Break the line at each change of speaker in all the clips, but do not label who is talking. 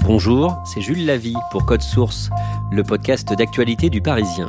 Bonjour, c'est Jules Lavie pour Code Source, le podcast d'actualité du Parisien.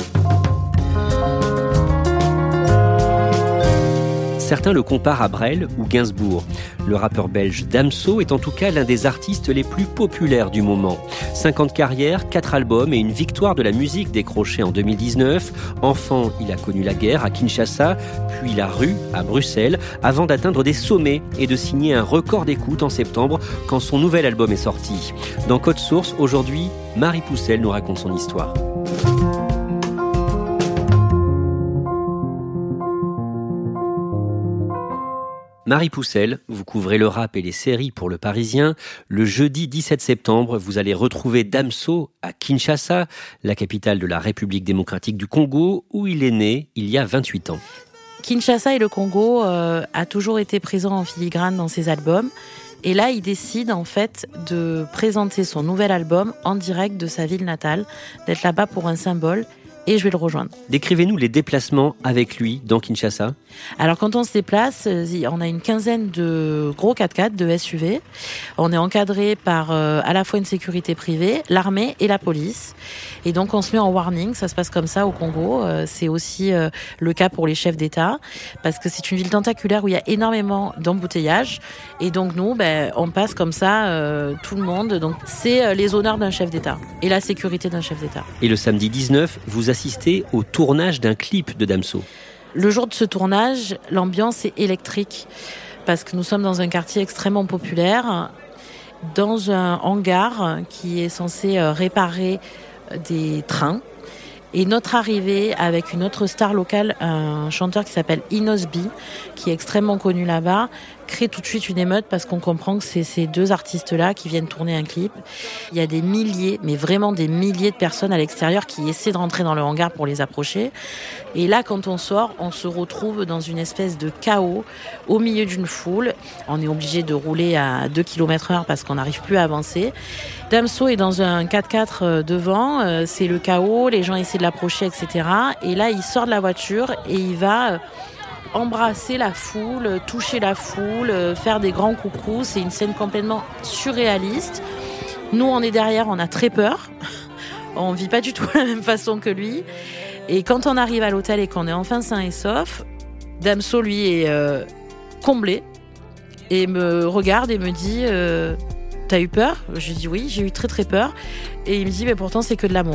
Certains le comparent à Brel ou Gainsbourg. Le rappeur belge Damso est en tout cas l'un des artistes les plus populaires du moment. 50 carrières, 4 albums et une victoire de la musique décrochée en 2019. Enfant, il a connu la guerre à Kinshasa, puis la rue à Bruxelles, avant d'atteindre des sommets et de signer un record d'écoute en septembre quand son nouvel album est sorti. Dans Code Source, aujourd'hui, Marie Poussel nous raconte son histoire. Marie Poussel, vous couvrez le rap et les séries pour Le Parisien. Le jeudi 17 septembre, vous allez retrouver Damso à Kinshasa, la capitale de la République démocratique du Congo, où il est né il y a 28 ans.
Kinshasa et le Congo a toujours été présent en filigrane dans ses albums. Et là, il décide en fait de présenter son nouvel album en direct de sa ville natale, d'être là-bas pour un symbole. Et je vais le rejoindre.
Décrivez-nous les déplacements avec lui dans Kinshasa.
Alors quand on se déplace, on a une quinzaine de gros 4x4 de SUV. On est encadré par à la fois une sécurité privée, l'armée et la police. Et donc on se met en warning, ça se passe comme ça au Congo. C'est aussi le cas pour les chefs d'État, parce que c'est une ville tentaculaire où il y a énormément d'embouteillages. Et donc nous, on passe comme ça tout le monde. Donc c'est les honneurs d'un chef d'État et la sécurité d'un chef d'État.
Et le samedi 19, vous assistez au tournage d'un clip de Damso.
Le jour de ce tournage, l'ambiance est électrique parce que nous sommes dans un quartier extrêmement populaire, dans un hangar qui est censé réparer des trains. Et notre arrivée avec une autre star locale, un chanteur qui s'appelle Inosbi, qui est extrêmement connu là-bas, crée tout de suite une émeute parce qu'on comprend que c'est ces deux artistes-là qui viennent tourner un clip. Il y a des milliers, mais vraiment des milliers de personnes à l'extérieur qui essaient de rentrer dans le hangar pour les approcher. Et là, quand on sort, on se retrouve dans une espèce de chaos au milieu d'une foule. On est obligé de rouler à 2 km/h parce qu'on n'arrive plus à avancer. Damso est dans un 4x4 devant, c'est le chaos, les gens essaient de l'approcher, etc. Et là, il sort de la voiture et il va embrasser la foule, toucher la foule, faire des grands coucous. C'est une scène complètement surréaliste. Nous, on est derrière, on a très peur. On vit pas du tout de la même façon que lui. Et quand on arrive à l'hôtel et qu'on est enfin sain et sauf, Damso, lui, est comblé et me regarde et me dit « T'as eu peur ?» Je lui dis « Oui, j'ai eu très très peur. » Et il me dit « Mais pourtant, c'est que de l'amour. »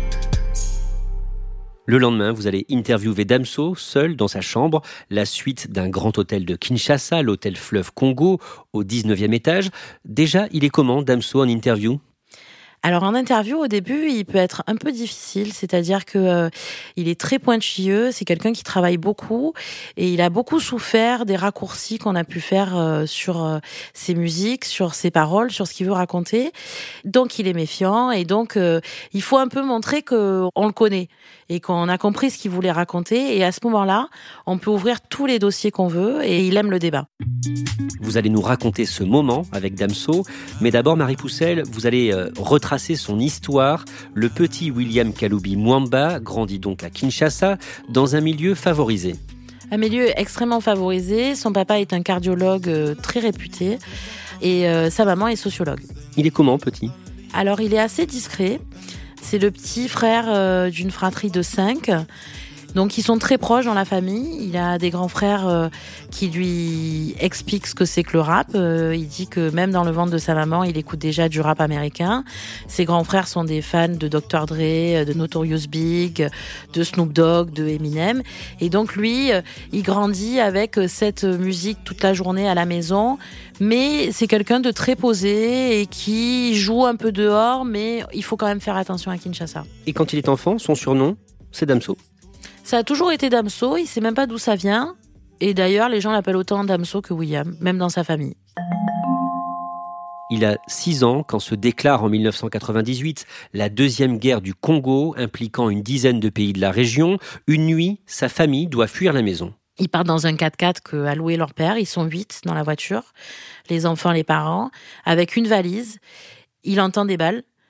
Le lendemain, vous allez interviewer Damso, seul dans sa chambre, la suite d'un grand hôtel de Kinshasa, l'hôtel Fleuve Congo, au 19e étage. Déjà, il est comment, Damso, en interview ?
Alors en interview, au début, il peut être un peu difficile, c'est-à-dire que il est très pointilleux, c'est quelqu'un qui travaille beaucoup et il a beaucoup souffert des raccourcis qu'on a pu faire sur ses musiques, sur ses paroles, sur ce qu'il veut raconter. Donc il est méfiant et donc il faut un peu montrer qu'on le connaît et qu'on a compris ce qu'il voulait raconter et à ce moment-là, on peut ouvrir tous les dossiers qu'on veut et il aime le débat.
Vous allez nous raconter ce moment avec Damso, mais d'abord Marie Poussel, vous allez retracer son histoire. Le petit William Kaloubi Mwamba grandit donc à Kinshasa, dans un milieu favorisé.
Un milieu extrêmement favorisé. Son papa est un cardiologue très réputé et sa maman est sociologue.
Il est comment, petit ?
Alors, il est assez discret. C'est le petit frère d'une fratrie de 5. Donc, ils sont très proches dans la famille. Il a des grands frères qui lui expliquent ce que c'est que le rap. Il dit que même dans le ventre de sa maman, il écoute déjà du rap américain. Ses grands frères sont des fans de Dr. Dre, de Notorious Big, de Snoop Dogg, de Eminem. Et donc, lui, il grandit avec cette musique toute la journée à la maison. Mais c'est quelqu'un de très posé et qui joue un peu dehors, mais il faut quand même faire attention à Kinshasa.
Et quand il est enfant, son surnom, c'est Damso ?
Ça a toujours été Damso, il sait même pas d'où ça vient. Et d'ailleurs, les gens l'appellent autant Damso que William, même dans sa famille.
Il a 6 ans quand se déclare en 1998 la deuxième guerre du Congo, impliquant une dizaine de pays de la région. Une nuit, sa famille doit fuir la maison.
Ils partent dans un 4x4 qu'a loué leur père. Ils sont 8 dans la voiture, les enfants, les parents, avec une valise. Il entend des balles.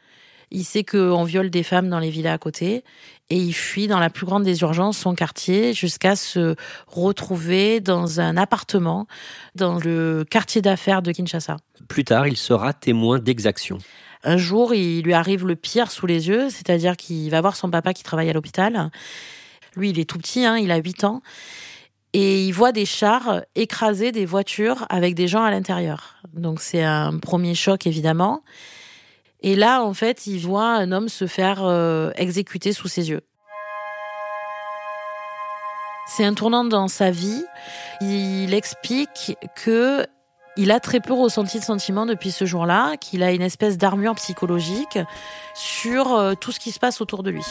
Il sait qu'on viole des femmes dans les villas à côté et il fuit dans la plus grande des urgences son quartier jusqu'à se retrouver dans un appartement dans le quartier d'affaires de Kinshasa.
Plus tard, il sera témoin d'exactions.
Un jour, il lui arrive le pire sous les yeux, c'est-à-dire qu'il va voir son papa qui travaille à l'hôpital. Lui, il est tout petit, il a 8 ans. Et il voit des chars écraser des voitures avec des gens à l'intérieur. Donc c'est un premier choc, évidemment. Et là, en fait, il voit un homme se faire exécuter sous ses yeux. C'est un tournant dans sa vie. Il explique que il a très peu ressenti de sentiments depuis ce jour-là, qu'il a une espèce d'armure psychologique sur tout ce qui se passe autour de lui.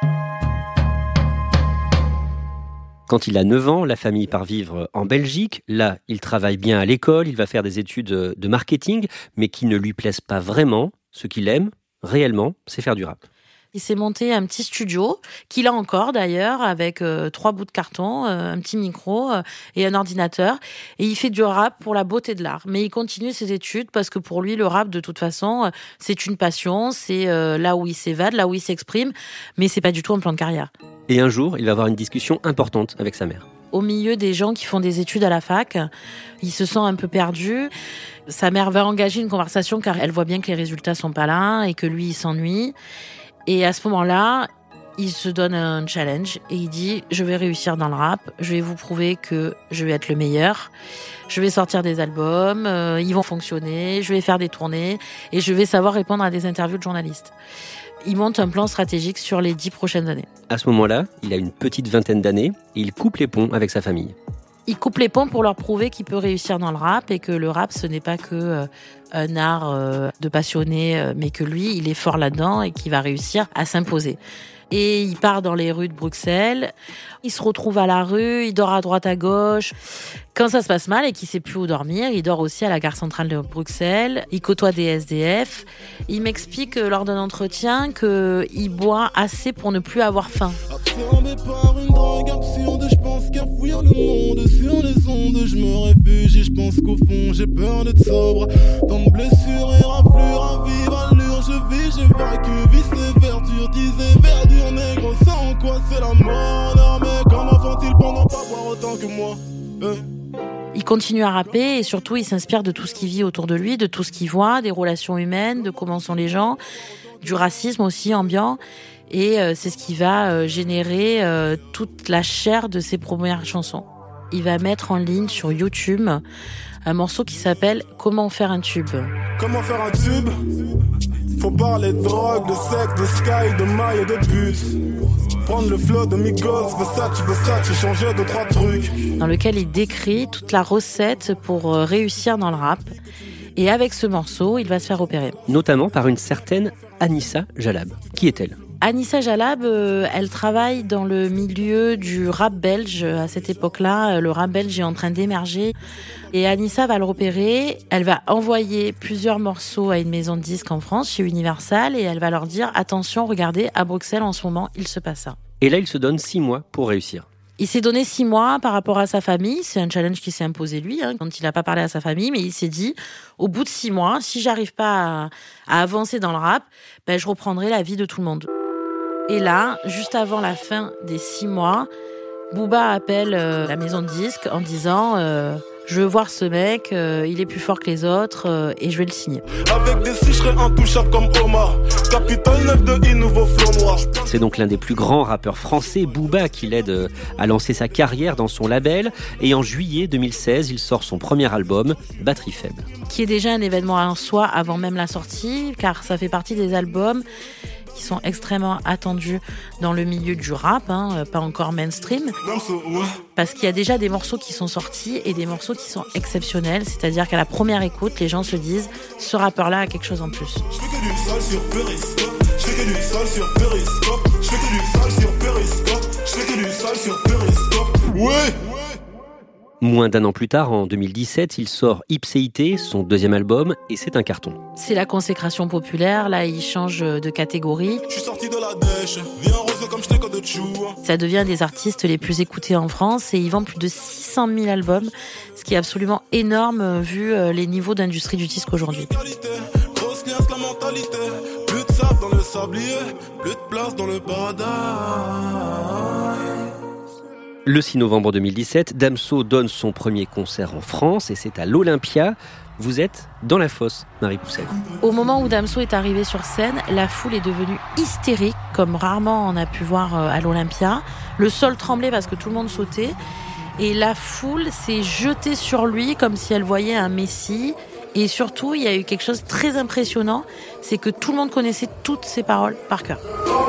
Quand il a 9 ans, la famille part vivre en Belgique. Là, il travaille bien à l'école, il va faire des études de marketing, mais qui ne lui plaisent pas vraiment. Ce qu'il aime, réellement, c'est faire du rap.
Il s'est monté un petit studio, qu'il a encore d'ailleurs, avec 3 bouts de carton, un petit micro et un ordinateur. Et il fait du rap pour la beauté de l'art. Mais il continue ses études parce que pour lui, le rap, de toute façon, c'est une passion, c'est là où il s'évade, là où il s'exprime, mais c'est pas du tout un plan de carrière.
Et un jour, il va avoir une discussion importante avec sa mère.
Au milieu des gens qui font des études à la fac, il se sent un peu perdu. Sa mère va engager une conversation car elle voit bien que les résultats sont pas là et que lui, il s'ennuie. Et à ce moment-là, il se donne un challenge et il dit « Je vais réussir dans le rap, je vais vous prouver que je vais être le meilleur, je vais sortir des albums, ils vont fonctionner, je vais faire des tournées et je vais savoir répondre à des interviews de journalistes. » Il monte un plan stratégique sur les 10 prochaines années.
À ce moment-là, il a une petite vingtaine d'années et il coupe les ponts avec sa famille.
Il coupe les ponts pour leur prouver qu'il peut réussir dans le rap et que le rap, ce n'est pas que un art de passionné, mais que lui, il est fort là-dedans et qu'il va réussir à s'imposer. Et il part dans les rues de Bruxelles, il se retrouve à la rue, il dort à droite à gauche. Quand ça se passe mal et qu'il sait plus où dormir, il dort aussi à la gare centrale de Bruxelles, il côtoie des SDF. Il m'explique lors d'un entretien qu'il boit assez pour ne plus avoir faim.
Absorbé par une drogue absurde, je pense qu'à fuir le monde sur les ondes, je me réfugie, je pense qu'au fond j'ai peur d'être sobre. Tant de blessures et raflures à vive allure, je vis, j'évacue, vice et verdure, disais verdure négro, sans quoi c'est la mort. Non mais comment font-ils pour ne pas boire autant que moi
Il continue à rapper et surtout il s'inspire de tout ce qu'il vit autour de lui, de tout ce qu'il voit, des relations humaines, de comment sont les gens, du racisme aussi ambiant. Et c'est ce qui va générer toute la chair de ses premières chansons. Il va mettre en ligne sur YouTube un morceau qui s'appelle « Comment faire un tube ».
Comment faire un tube? Faut parler de drogue, de sexe, de sky, de maille et de but. Prendre le flow de Migos, Versace, changer 2-3 trucs.
Dans lequel il décrit toute la recette pour réussir dans le rap. Et avec ce morceau, il va se faire opérer.
Notamment par une certaine Anissa Jalab. Qui est-elle ?
Anissa Jalab, elle travaille dans le milieu du rap belge. À cette époque-là, le rap belge est en train d'émerger. Et Anissa va le repérer. Elle va envoyer plusieurs morceaux à une maison de disques en France, chez Universal, et elle va leur dire « Attention, regardez, à Bruxelles, en ce moment, il se passe ça. »
Et là, il se donne 6 mois pour réussir.
Il s'est donné 6 mois par rapport à sa famille. C'est un challenge qui s'est imposé lui, quand il n'a pas parlé à sa famille. Mais il s'est dit, au bout de 6 mois, si j'arrive pas à avancer dans le rap, je reprendrai la vie de tout le monde. Et là, juste avant la fin des 6 mois, Booba appelle la maison de disques en disant je veux voir ce mec, il est plus fort que les autres et je vais le signer.
Avec des six, je serai intouchable comme Omar. Capitale 9 de I, nouveau flow noir.
C'est donc l'un des plus grands rappeurs français, Booba, qui l'aide à lancer sa carrière dans son label. Et en juillet 2016, il sort son premier album, Batterie faible.
Qui est déjà un événement en soi avant même la sortie, car ça fait partie des albums qui sont extrêmement attendus dans le milieu du rap, pas encore mainstream, parce qu'il y a déjà des morceaux qui sont sortis et des morceaux qui sont exceptionnels, c'est-à-dire qu'à la première écoute, les gens se disent « ce rappeur-là a quelque chose en plus ».
Je fais que du sale sur Periscope, je fais que du sale sur Periscope, je fais que du sale sur Periscope, je fais que du sale sur Periscope, ouais.
Moins d'un an plus tard, en 2017, il sort Ipséité, son deuxième album, et c'est un carton.
C'est la consécration populaire, là il change de catégorie.
Je suis sorti de la dèche, viens rose comme je t'ai de chou.
Ça devient des artistes les plus écoutés en France et ils vendent plus de 600 000 albums, ce qui est absolument énorme vu les niveaux d'industrie du disque aujourd'hui.
Grosse liasse, la mentalité, plus de sable dans le sablier, plus de place dans le paradis.
Le 6 novembre 2017, Damso donne son premier concert en France et c'est à l'Olympia. Vous êtes dans la fosse, Marie Poussel.
Au moment où Damso est arrivé sur scène, la foule est devenue hystérique, comme rarement on a pu voir à l'Olympia. Le sol tremblait parce que tout le monde sautait. Et la foule s'est jetée sur lui comme si elle voyait un messie. Et surtout, il y a eu quelque chose de très impressionnant, c'est que tout le monde connaissait toutes ses paroles par cœur.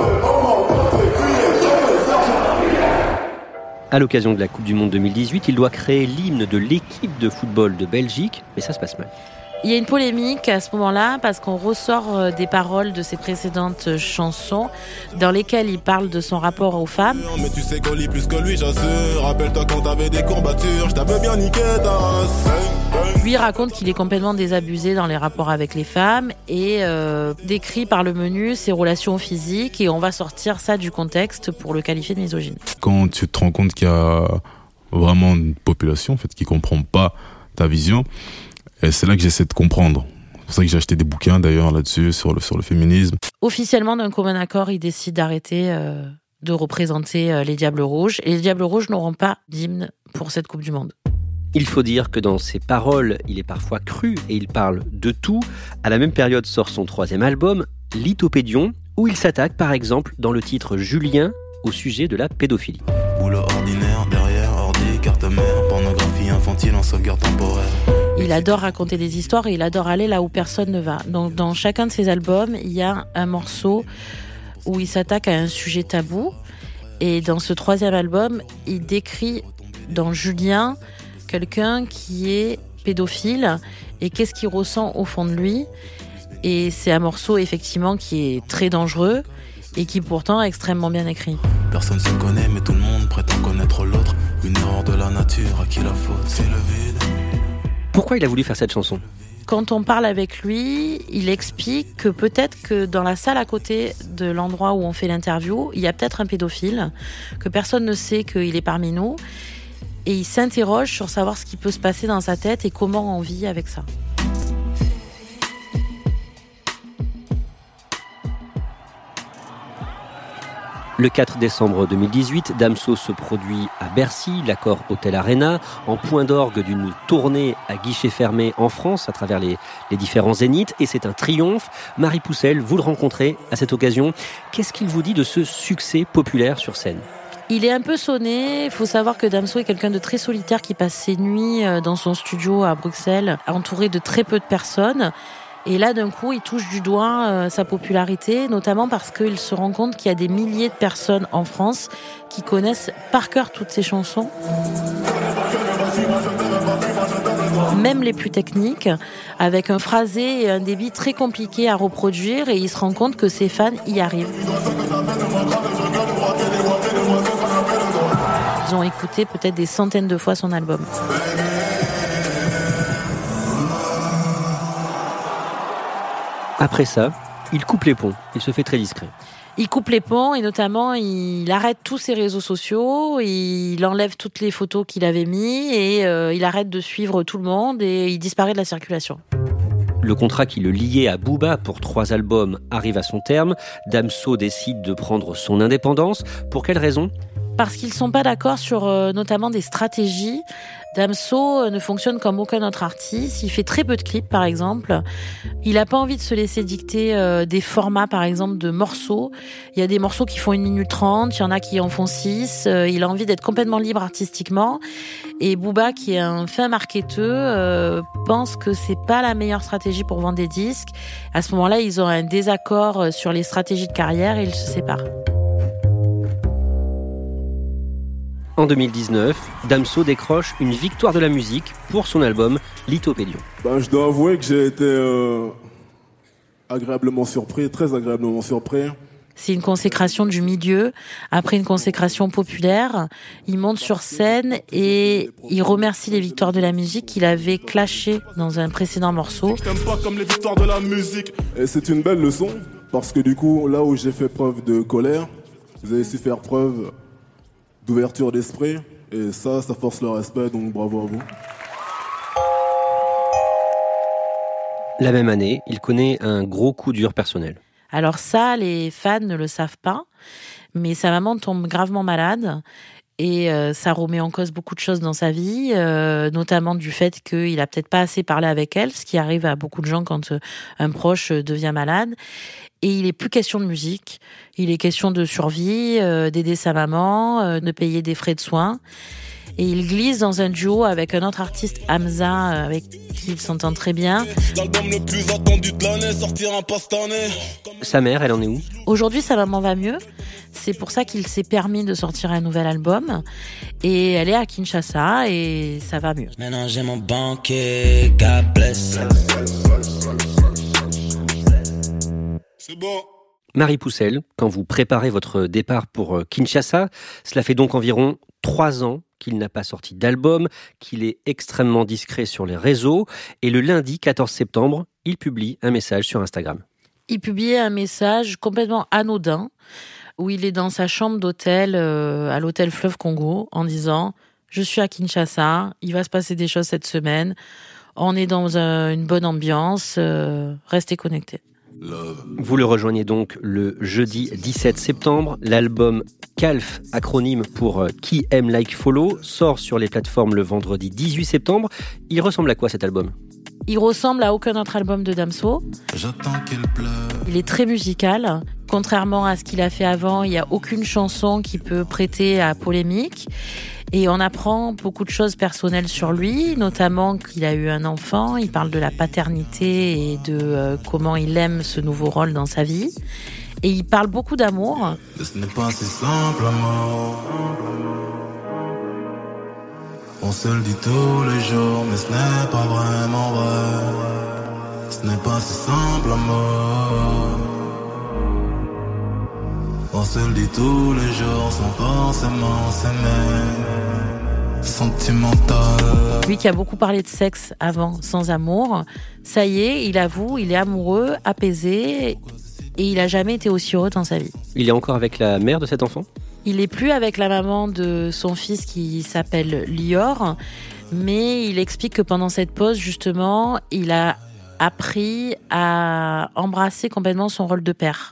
À l'occasion de la Coupe du Monde 2018, il doit créer l'hymne de l'équipe de football de Belgique, mais ça se passe mal.
Il y a une polémique à ce moment-là parce qu'on ressort des paroles de ses précédentes chansons dans lesquelles il parle de son rapport aux femmes.
Mais tu sais qu'on lit plus que lui, j'assure. Rappelle-toi quand t'avais des courbatures, je t'avais bien niqué ta race.
Lui raconte qu'il est complètement désabusé dans les rapports avec les femmes et décrit par le menu ses relations physiques, et on va sortir ça du contexte pour le qualifier de misogyne.
Quand tu te rends compte qu'il y a vraiment une population en fait, qui ne comprend pas ta vision, et c'est là que j'essaie de comprendre. C'est pour ça que j'ai acheté des bouquins d'ailleurs là-dessus, sur le féminisme.
Officiellement, d'un commun accord, il décide d'arrêter de représenter les Diables Rouges. Et les Diables Rouges n'auront pas d'hymne pour cette Coupe du Monde.
Il faut dire que dans ses paroles, il est parfois cru et il parle de tout. À la même période sort son 3e album, Lithopédion, où il s'attaque par exemple dans le titre Julien au sujet de la pédophilie.
Boulot ordinaire, derrière, ordi, carte mère, pornographie infantile en sauvegarde temporaire.
Il adore raconter des histoires et il adore aller là où personne ne va. Donc, dans chacun de ses albums, il y a un morceau où il s'attaque à un sujet tabou. Et dans ce 3e album, il décrit dans Julien quelqu'un qui est pédophile et qu'est-ce qu'il ressent au fond de lui. Et c'est un morceau effectivement qui est très dangereux et qui pourtant est extrêmement bien écrit.
Personne se connaît mais tout le monde prétend connaître l'autre. Une erreur de la nature, à qui la faute, c'est le vide.
Pourquoi il a voulu faire cette chanson ?
Quand on parle avec lui, il explique que peut-être que dans la salle à côté de l'endroit où on fait l'interview, il y a peut-être un pédophile, que personne ne sait qu'il est parmi nous. Et il s'interroge sur savoir ce qui peut se passer dans sa tête et comment on vit avec ça.
Le 4 décembre 2018, Damso se produit à Bercy, l'Accor Hotel Arena, en point d'orgue d'une tournée à guichet fermé en France à travers les différents zéniths, et c'est un triomphe. Marie Poussel, vous le rencontrez à cette occasion. Qu'est-ce qu'il vous dit de ce succès populaire sur scène ?
Il est un peu sonné. Il faut savoir que Damso est quelqu'un de très solitaire qui passe ses nuits dans son studio à Bruxelles, entouré de très peu de personnes. Et là, d'un coup, il touche du doigt sa popularité, notamment parce qu'il se rend compte qu'il y a des milliers de personnes en France qui connaissent par cœur toutes ses chansons, même les plus techniques, avec un phrasé et un débit très compliqué à reproduire, et il se rend compte que ses fans y arrivent. Ils ont écouté peut-être des centaines de fois son album.
Après ça, il coupe les ponts, il se fait très discret.
Il coupe les ponts et notamment il arrête tous ses réseaux sociaux, il enlève toutes les photos qu'il avait mis et il arrête de suivre tout le monde et il disparaît de la circulation.
Le contrat qui le liait à Booba pour 3 albums arrive à son terme. Damso décide de prendre son indépendance. Pour quelle raison ?
Parce qu'ils ne sont pas d'accord sur notamment des stratégies. Damso ne fonctionne comme aucun autre artiste. Il fait très peu de clips, par exemple. Il n'a pas envie de se laisser dicter des formats, par exemple, de morceaux. Il y a des morceaux qui font 1 minute 30, il y en a qui en font 6. Il a envie d'être complètement libre artistiquement. Et Booba, qui est un fin marketeur, pense que c'est pas la meilleure stratégie pour vendre des disques. À ce moment-là, ils ont un désaccord sur les stratégies de carrière et ils se séparent.
En 2019, Damso décroche une victoire de la musique pour son album Lithopédion.
Je dois avouer que j'ai été agréablement surpris, très agréablement surpris.
C'est une consécration du milieu. Après une consécration populaire, il monte sur scène et il remercie les victoires de la musique qu'il avait clashées dans un précédent morceau.
Je t'aime pas comme les victoires de la musique. Et c'est une belle leçon, parce que du coup, là où j'ai fait preuve de colère, vous avez su faire preuve d'ouverture d'esprit, et ça force le respect, donc bravo à vous.
La même année, il connaît un gros coup dur personnel.
Alors ça, les fans ne le savent pas, mais sa maman tombe gravement malade. Et ça remet en cause beaucoup de choses dans sa vie, notamment du fait qu'il a peut-être pas assez parlé avec elle, ce qui arrive à beaucoup de gens quand un proche devient malade. Et il est plus question de musique, il est question de survie, d'aider sa maman, de payer des frais de soins. Et il glisse dans un duo avec un autre artiste, Hamza, avec qui il s'entend très bien.
L'album le plus attendu de l'année sortira pas cette année.
Sa mère, elle en est où ?
Aujourd'hui, sa maman va mieux. C'est pour ça qu'il s'est permis de sortir un nouvel album. Et elle est à Kinshasa et ça va mieux.
Maintenant j'ai mon banquier, God bless.
C'est bon.
Marie Poussel, quand vous préparez votre départ pour Kinshasa, cela fait donc environ 3 ans qu'il n'a pas sorti d'album, qu'il est extrêmement discret sur les réseaux. Et le lundi 14 septembre, il publie un message sur Instagram.
Il publiait un message complètement anodin où il est dans sa chambre d'hôtel à l'hôtel Fleuve Congo en disant « Je suis à Kinshasa, il va se passer des choses cette semaine, on est dans une bonne ambiance, restez connectés ».
Vous le rejoignez donc le jeudi 17 septembre. L'album Calf, acronyme pour Qui aime like follow, sort sur les plateformes le vendredi 18 septembre. Il ressemble à quoi cet album ?
Il ressemble à aucun autre album de Damso.
J'attends qu'elle pleure.
Il est très musical. Contrairement à ce qu'il a fait avant, il n'y a aucune chanson qui peut prêter à polémique. Et on apprend beaucoup de choses personnelles sur lui, notamment qu'il a eu un enfant. Il parle de la paternité et de comment il aime ce nouveau rôle dans sa vie. Et il parle beaucoup d'amour.
Ce n'est pas si simple, amour. On se le dit tous les jours, mais ce n'est pas vraiment vrai. Ce n'est pas si simple, amour. On se le dit tous les jours, sans forcément s'aimer. Sentimental.
Lui qui a beaucoup parlé de sexe avant, sans amour, ça y est, il avoue, il est amoureux, apaisé, et il a jamais été aussi heureux dans sa vie.
Il est encore avec la mère de cet enfant ?
Il est plus avec la maman de son fils qui s'appelle Lior, mais il explique que pendant cette pause, justement, il a appris à embrasser complètement son rôle de père.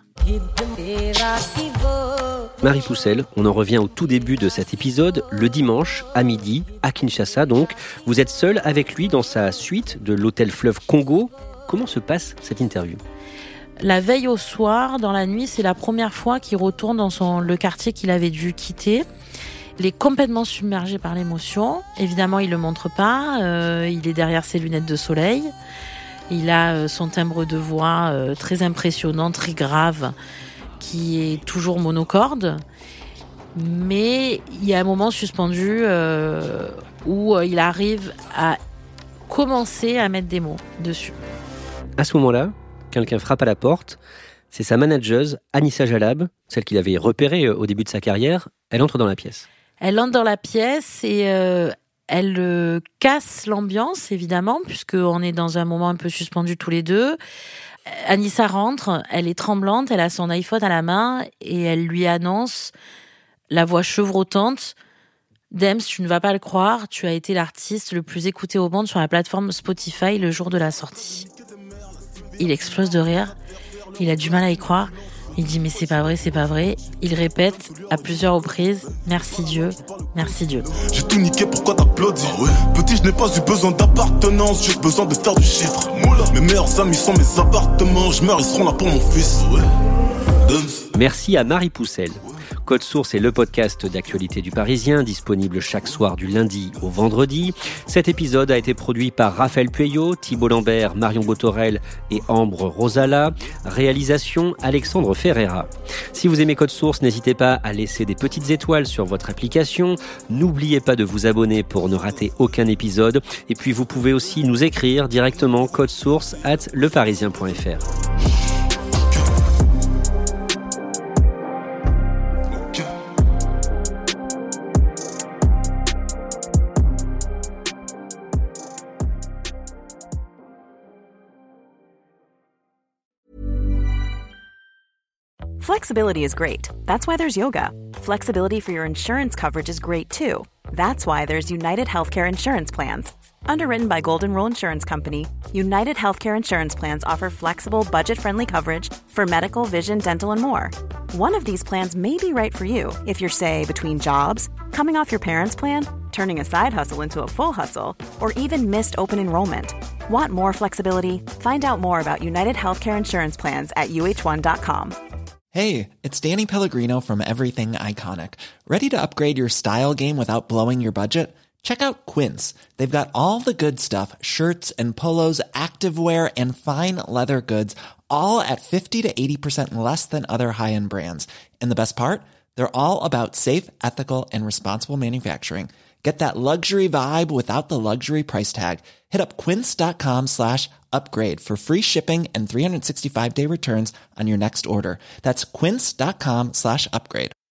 Marie Poussel, on en revient au tout début de cet épisode, le dimanche, à midi, à Kinshasa donc. Vous êtes seul avec lui dans sa suite de l'hôtel Fleuve Congo. Comment se passe cette interview ?
La veille au soir, dans la nuit, c'est la première fois qu'il retourne dans le quartier qu'il avait dû quitter. Il est complètement submergé par l'émotion. Évidemment, il le montre pas. Il est derrière ses lunettes de soleil. Il a son timbre de voix très impressionnant, très grave, qui est toujours monocorde. Mais il y a un moment suspendu où il arrive à commencer à mettre des mots dessus.
À ce moment-là, quelqu'un frappe à la porte. C'est sa manageuse, Anissa Jalab, celle qu'il avait repérée au début de sa carrière. Elle entre dans la pièce.
Elle entre dans la pièce et elle casse l'ambiance, évidemment, puisqu'on est dans un moment un peu suspendu tous les deux. Anissa rentre, elle est tremblante, elle a son iPhone à la main et elle lui annonce, la voix chevrotante, « Dems, tu ne vas pas le croire, tu as été l'artiste le plus écouté au monde sur la plateforme Spotify le jour de la sortie. » Il explose de rire, il a du mal à y croire. Il dit mais c'est pas vrai, c'est pas vrai. Il répète à plusieurs reprises merci Dieu, merci Dieu.
J'ai tout niqué, pourquoi t'applaudis? Petit, je n'ai pas eu besoin d'appartenance, juste besoin de faire du chiffre. Mes meilleurs amis sont mes appartements, je meurs, ils seront là pour mon fils.
Merci à Marie Poussel. Code Source est le podcast d'actualité du Parisien, disponible chaque soir du lundi au vendredi. Cet épisode a été produit par Raphaël Pueyo, Thibault Lambert, Marion Botorel et Ambre Rosala. Réalisation Alexandre Ferreira. Si vous aimez Code Source, n'hésitez pas à laisser des petites étoiles sur votre application. N'oubliez pas de vous abonner pour ne rater aucun épisode. Et puis vous pouvez aussi nous écrire directement codesource@leparisien.fr.
Flexibility is great. That's why there's yoga. Flexibility for your insurance coverage is great too. That's why there's United Healthcare Insurance Plans. Underwritten by Golden Rule Insurance Company, United Healthcare Insurance Plans offer flexible, budget-friendly coverage for medical, vision, dental, and more. One of these plans may be right for you if you're, say, between jobs, coming off your parents' plan, turning a side hustle into a full hustle, or even missed open enrollment. Want more flexibility? Find out more about United Healthcare Insurance Plans at uh1.com.
Hey, it's Danny Pellegrino from Everything Iconic. Ready to upgrade your style game without blowing your budget? Check out Quince. They've got all the good stuff, shirts and polos, activewear, and fine leather goods, all at 50 to 80% less than other high-end brands. And the best part? They're all about safe, ethical, and responsible manufacturing. Get that luxury vibe without the luxury price tag. Hit up quince.com/upgrade for free shipping and 365-day returns on your next order. That's quince.com/upgrade.